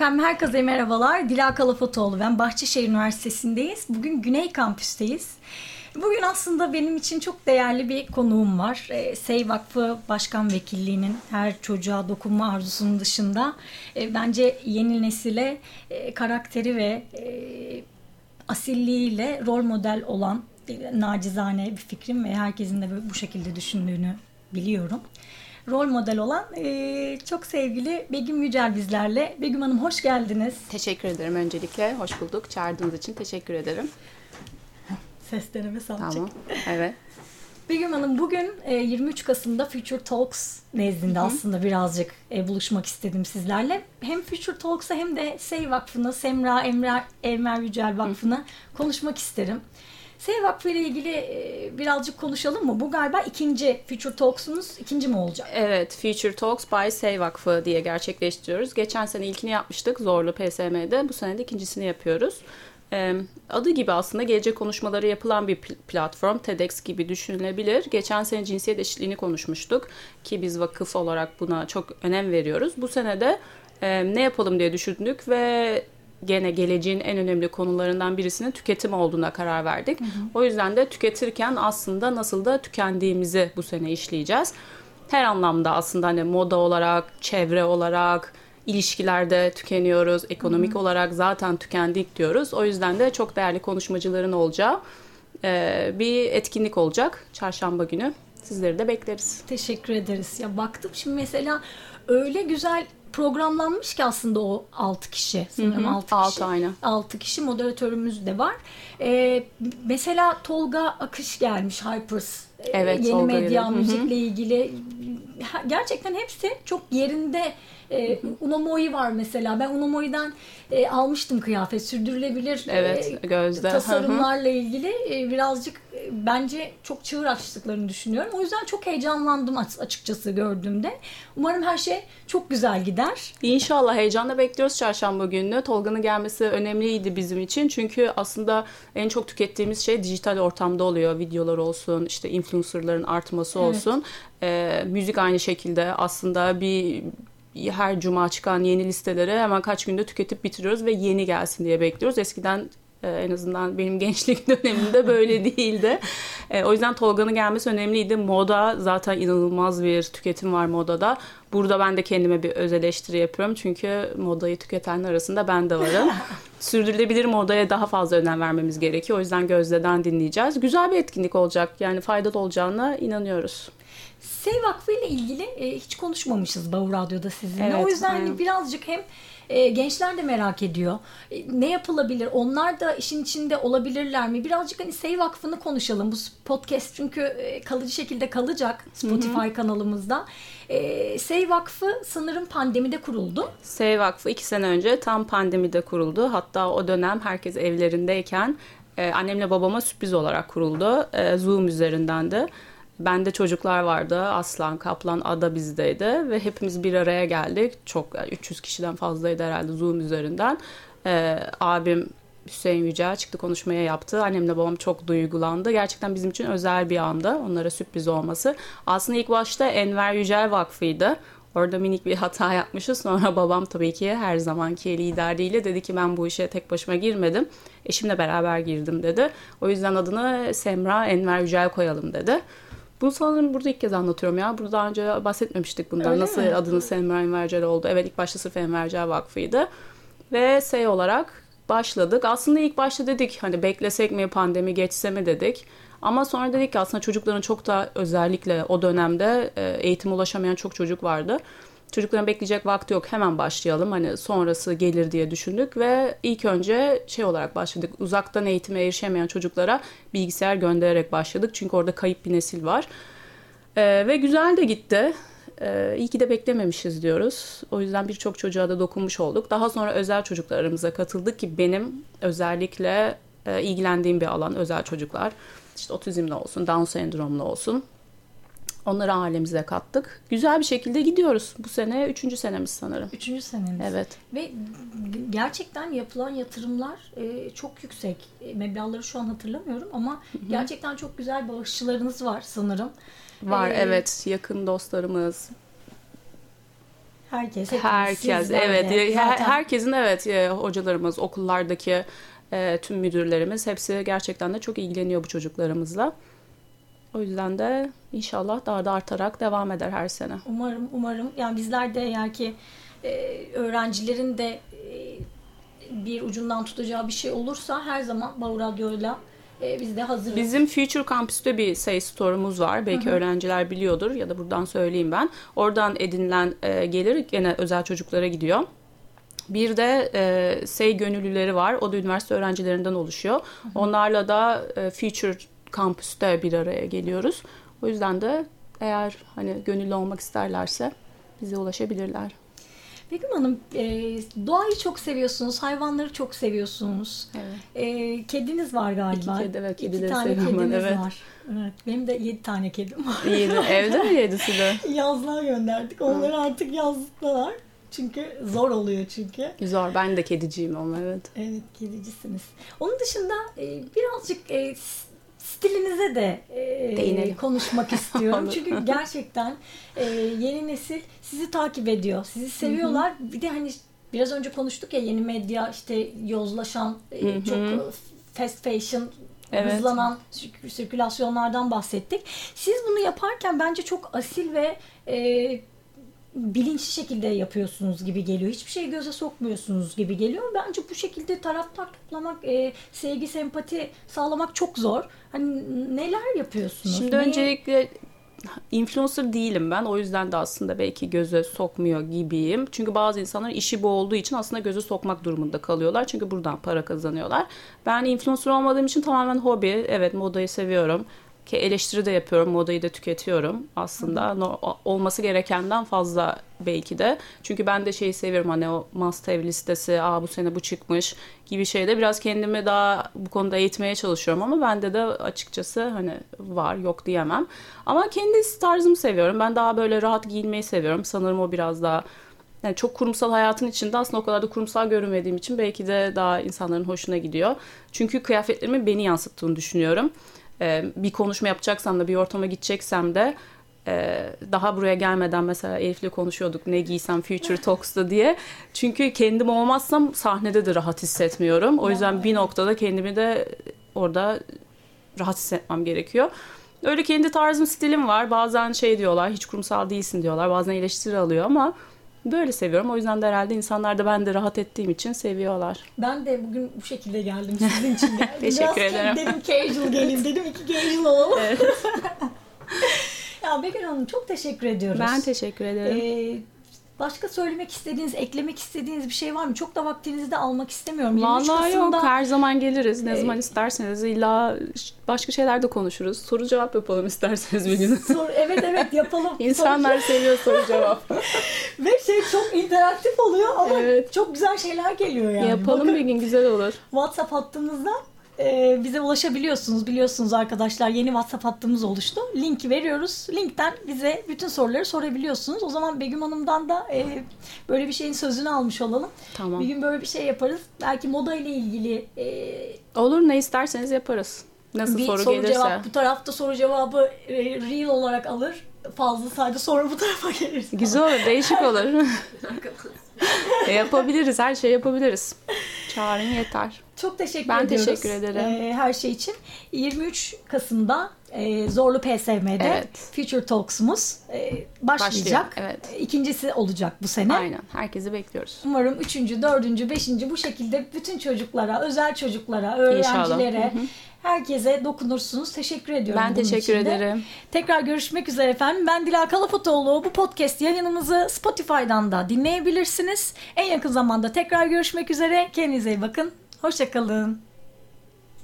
Efendim herkese merhabalar. Dila Kalafotoğlu ben. Bahçeşehir Üniversitesi'ndeyiz. Bugün Güney Kampüs'teyiz. Bugün aslında benim için çok değerli bir konuğum var. SEY Vakfı Başkan Vekilliği'nin her çocuğa dokunma arzusunun dışında bence yeni nesile karakteri ve asilliğiyle rol model olan nacizane bir fikrim ve herkesin de bu şekilde düşündüğünü biliyorum. Rol model olan çok sevgili Begüm Yücel bizlerle. Begüm Hanım hoş geldiniz. Teşekkür ederim öncelikle. Hoş bulduk. Çağırdığınız için teşekkür ederim. Ses deneme salçık. Tamam. Evet. Begüm Hanım bugün 23 Kasım'da Future Talks nezdinde aslında birazcık buluşmak istedim sizlerle. Hem Future Talks'a hem de SEY Vakfı'na, Semra Enver Yücel Vakfı'na konuşmak isterim. SEY Vakfı ile ilgili birazcık konuşalım mı? Bu galiba ikinci Future Talks'umuz ikinci mi olacak? Evet, Future Talks by SEY Vakfı diye gerçekleştiriyoruz. Geçen sene ilkini yapmıştık Zorlu PSM'de. Bu sene de ikincisini yapıyoruz. Adı gibi aslında gelecek konuşmaları yapılan bir platform. TEDx gibi düşünülebilir. Geçen sene cinsiyet eşitliğini konuşmuştuk ki biz vakıf olarak buna çok önem veriyoruz. Bu sene de ne yapalım diye düşündük ve gene geleceğin en önemli konularından birisinin tüketim olduğuna karar verdik. O yüzden de tüketirken aslında nasıl da tükendiğimizi bu sene işleyeceğiz. Her anlamda aslında hani moda olarak, çevre olarak, ilişkilerde tükeniyoruz, ekonomik olarak zaten tükendik diyoruz. O yüzden de çok değerli konuşmacıların olacağı bir etkinlik olacak çarşamba günü. Sizleri de bekleriz. Teşekkür ederiz. Ya baktım şimdi mesela öyle güzel programlanmış ki aslında o 6 kişi. Sanırım 6 kişi. Aynı. 6 kişi moderatörümüz de var. Mesela Tolga Akış gelmiş Hypers. Evet, yeni medya, müzikle ilgili. Gerçekten hepsi çok yerinde. Unomoy var mesela. Ben Unomoy'dan almıştım kıyafet. Sürdürülebilir Gözde. tasarımlarla ilgili birazcık bence çok çığır açtıklarını düşünüyorum. O yüzden çok heyecanlandım açıkçası gördüğümde. Umarım her şey çok güzel gider. İnşallah heyecanla bekliyoruz çarşamba gününü. Tolga'nın gelmesi önemliydi bizim için. Çünkü aslında en çok tükettiğimiz şey dijital ortamda oluyor. Videolar olsun, işte influencerların artması olsun. Müzik aynı şekilde aslında her cuma çıkan yeni listeleri hemen kaç günde tüketip bitiriyoruz ve yeni gelsin diye bekliyoruz. Eskiden en azından benim gençlik dönemimde böyle değildi. O yüzden Tolga'nın gelmesi önemliydi. Moda zaten inanılmaz bir tüketim var modada. Burada ben de kendime bir öz eleştiri yapıyorum. Çünkü modayı tüketenler arasında ben de varım. Sürdürülebilir modaya daha fazla önem vermemiz gerekiyor. O yüzden Gözde'den dinleyeceğiz. Güzel bir etkinlik olacak. Yani faydalı olacağına inanıyoruz. SEY Vakfı ile ilgili hiç konuşmamışız Bağır Radyo'da sizinle. Evet, o yüzden hani birazcık hem gençler de merak ediyor. Ne yapılabilir? Onlar da işin içinde olabilirler mi? Birazcık hani SEY Vakfı'nı konuşalım. Bu podcast çünkü kalıcı şekilde kalacak Spotify kanalımızda. SEY Vakfı sanırım pandemide kuruldu. SEY Vakfı 2 sene önce tam pandemide kuruldu. Hatta o dönem herkes evlerindeyken annemle babama sürpriz olarak kuruldu. Zoom üzerinden de. Bende çocuklar vardı. Aslan, Kaplan, Ada bizdeydi ve hepimiz bir araya geldik. Çok 300 kişiden fazlaydı herhalde Zoom üzerinden. Abim Hüseyin Yücel çıktı konuşmaya yaptı. Annemle babam çok duygulandı. Gerçekten bizim için özel bir anda onlara sürpriz olması. Aslında ilk başta Enver Yücel Vakfı'ydı. Orada minik bir hata yapmışız. Sonra babam tabii ki her zamanki liderliğiyle dedi ki ben bu işe tek başıma girmedim. Eşimle beraber girdim dedi. O yüzden adını Semra Enver Yücel koyalım dedi. Bunu sanırım burada ilk kez anlatıyorum ya. Burada daha önce bahsetmemiştik bundan. Öyle nasıl mi? adını Semra Enver Yücel oldu. Evet, ilk başta sırf Enver Yücel Vakfı'ydı. Ve SEY olarak başladık. Aslında ilk başta dedik hani beklesek mi, pandemi geçse mi dedik. Ama sonra dedik ki aslında çocukların çok da özellikle o dönemde eğitime ulaşamayan çok çocuk vardı. Çocukların bekleyecek vakti yok, hemen başlayalım hani sonrası gelir diye düşündük ve ilk önce olarak başladık. Uzaktan eğitime erişemeyen çocuklara bilgisayar göndererek başladık. Çünkü orada kayıp bir nesil var. Ve güzel de gitti. İyi ki de beklememişiz diyoruz. O yüzden birçok çocuğa da dokunmuş olduk. Daha sonra özel çocuklar aramıza katıldık ki benim özellikle ilgilendiğim bir alan özel çocuklar. İşte otizmli olsun, Down sendromlu olsun. Onları ailemize kattık. Güzel bir şekilde gidiyoruz. Bu sene 3. senemiz sanırım. 3. senemiz. Evet. Ve gerçekten yapılan yatırımlar çok yüksek. Meblağları şu an hatırlamıyorum ama gerçekten çok güzel bağışçılarınız var sanırım. Var evet. Yakın dostlarımız. Herkes, hepimiz, Herkes, sizler evet. de zaten. Herkesin, evet, hocalarımız, okullardaki tüm müdürlerimiz hepsi gerçekten de çok ilgileniyor bu çocuklarımızla. O yüzden de inşallah daha da artarak devam eder her sene. Umarım. Yani bizler de eğer ki öğrencilerin de bir ucundan tutacağı bir şey olursa her zaman Bağ Radyo'yla biz de hazırız. Bizim Future Campus'ta bir Say Store'umuz var. Belki öğrenciler biliyordur ya da buradan söyleyeyim ben. Oradan edinilen gelir gene özel çocuklara gidiyor. Bir de Say gönüllüleri var. O da üniversite öğrencilerinden oluşuyor. Onlarla da Future Campus'ta bir araya geliyoruz. O yüzden de eğer hani gönüllü olmak isterlerse bize ulaşabilirler. Begüm Hanım, doğayı çok seviyorsunuz, hayvanları çok seviyorsunuz. Evet. Kediniz var galiba. İki tane kediniz evet. var. Evet, benim de 7 tane kedim var. Evde mi 7'si de? Yazlığa gönderdik. Onları artık yazlıktalar. Çünkü zor oluyor çünkü. Zor. Ben de kediciyim ama evet. Evet, kedicisiniz. Onun dışında birazcık stilinize de konuşmak istiyorum. Çünkü gerçekten yeni nesil sizi takip ediyor. Sizi seviyorlar. Bir de hani biraz önce konuştuk ya, yeni medya, işte yozlaşan, çok fast fashion, hızlanan sirkülasyonlardan bahsettik. Siz bunu yaparken bence çok asil ve bilinçli şekilde yapıyorsunuz gibi geliyor. Hiçbir şey göze sokmuyorsunuz gibi geliyor. Bence bu şekilde taraftar toplamak, sevgi, sempati sağlamak çok zor. Hani neler yapıyorsunuz? Şimdi öncelikle influencer değilim ben. O yüzden de aslında belki göze sokmuyor gibiyim. Çünkü bazı insanlar işi bu olduğu için aslında göze sokmak durumunda kalıyorlar. Çünkü buradan para kazanıyorlar. Ben influencer olmadığım için tamamen hobi. Evet, modayı seviyorum. Ki eleştiri de yapıyorum, modayı da tüketiyorum aslında. Olması gerekenden fazla belki de. Çünkü ben de şeyi seviyorum, hani o must have listesi, bu sene bu çıkmış gibi şeyde biraz kendimi daha bu konuda eğitmeye çalışıyorum ama bende de açıkçası hani var, yok diyemem. Ama kendi tarzımı seviyorum. Ben daha böyle rahat giyinmeyi seviyorum. Sanırım o biraz daha, yani çok kurumsal hayatın içinde aslında o kadar da kurumsal görünmediğim için belki de daha insanların hoşuna gidiyor. Çünkü kıyafetlerimin beni yansıttığını düşünüyorum. Bir konuşma yapacaksam da, bir ortama gideceksem de daha buraya gelmeden mesela Elif'le konuşuyorduk ne giysem Future Talks'ta diye. Çünkü kendim olmazsam sahnede de rahat hissetmiyorum. O yüzden bir noktada kendimi de orada rahat hissetmem gerekiyor. Öyle kendi tarzım, stilim var. Bazen şey diyorlar, hiç kurumsal değilsin diyorlar. Bazen eleştiri alıyor ama böyle seviyorum. O yüzden de herhalde insanlar da ben de rahat ettiğim için seviyorlar. Ben de bugün bu şekilde geldim. Sizin için geldim. Teşekkür ederim. Dedim casual geleyim. Dedim iki casual olalım. Evet. Ya Begüm Hanım, çok teşekkür ediyoruz. Ben teşekkür ederim. Başka söylemek istediğiniz, eklemek istediğiniz bir şey var mı? Çok da vaktinizi de almak istemiyorum. Vallahi yok. Her zaman geliriz. Ne zaman isterseniz. İlla başka şeyler de konuşuruz. Soru cevap yapalım isterseniz bir gün. Evet yapalım. İnsanlar seviyor soru cevap. Ve çok interaktif oluyor ama çok güzel şeyler geliyor yani. Yapalım. Bakın, bir gün güzel olur. WhatsApp hattımızdan bize ulaşabiliyorsunuz. Biliyorsunuz arkadaşlar, yeni WhatsApp hattımız oluştu. Linki veriyoruz. Linkten bize bütün soruları sorabiliyorsunuz. O zaman Begüm Hanım'dan da böyle bir şeyin sözünü almış olalım. Tamam. Bir gün böyle bir şey yaparız. Belki moda ile ilgili olur, ne isterseniz yaparız. Nasıl bir soru gelirse. Cevap, bu tarafta soru cevabı reel olarak alır. Fazla sayıda sonra bu tarafa geliriz. Güzel olur, değişik olur. Yapabiliriz, her şey yapabiliriz. Çağırın yeter. Çok teşekkür ediyoruz. ediyoruz. Ben teşekkür ederim. Her şey için. 23 Kasım'da Zorlu PSM'de Future Talks'umuz başlayacak. Evet. İkincisi olacak bu sene. Aynen. Herkesi bekliyoruz. Umarım 3. 4. 5. bu şekilde bütün çocuklara, özel çocuklara, öğrencilere, herkese dokunursunuz. Teşekkür ediyorum. Ben teşekkür ederim. Tekrar görüşmek üzere efendim. Ben Dila Kalafotoğlu. Bu podcast yayınımızı Spotify'dan da dinleyebilirsiniz. En yakın zamanda tekrar görüşmek üzere. Kendinize iyi bakın. Hoşça kalın.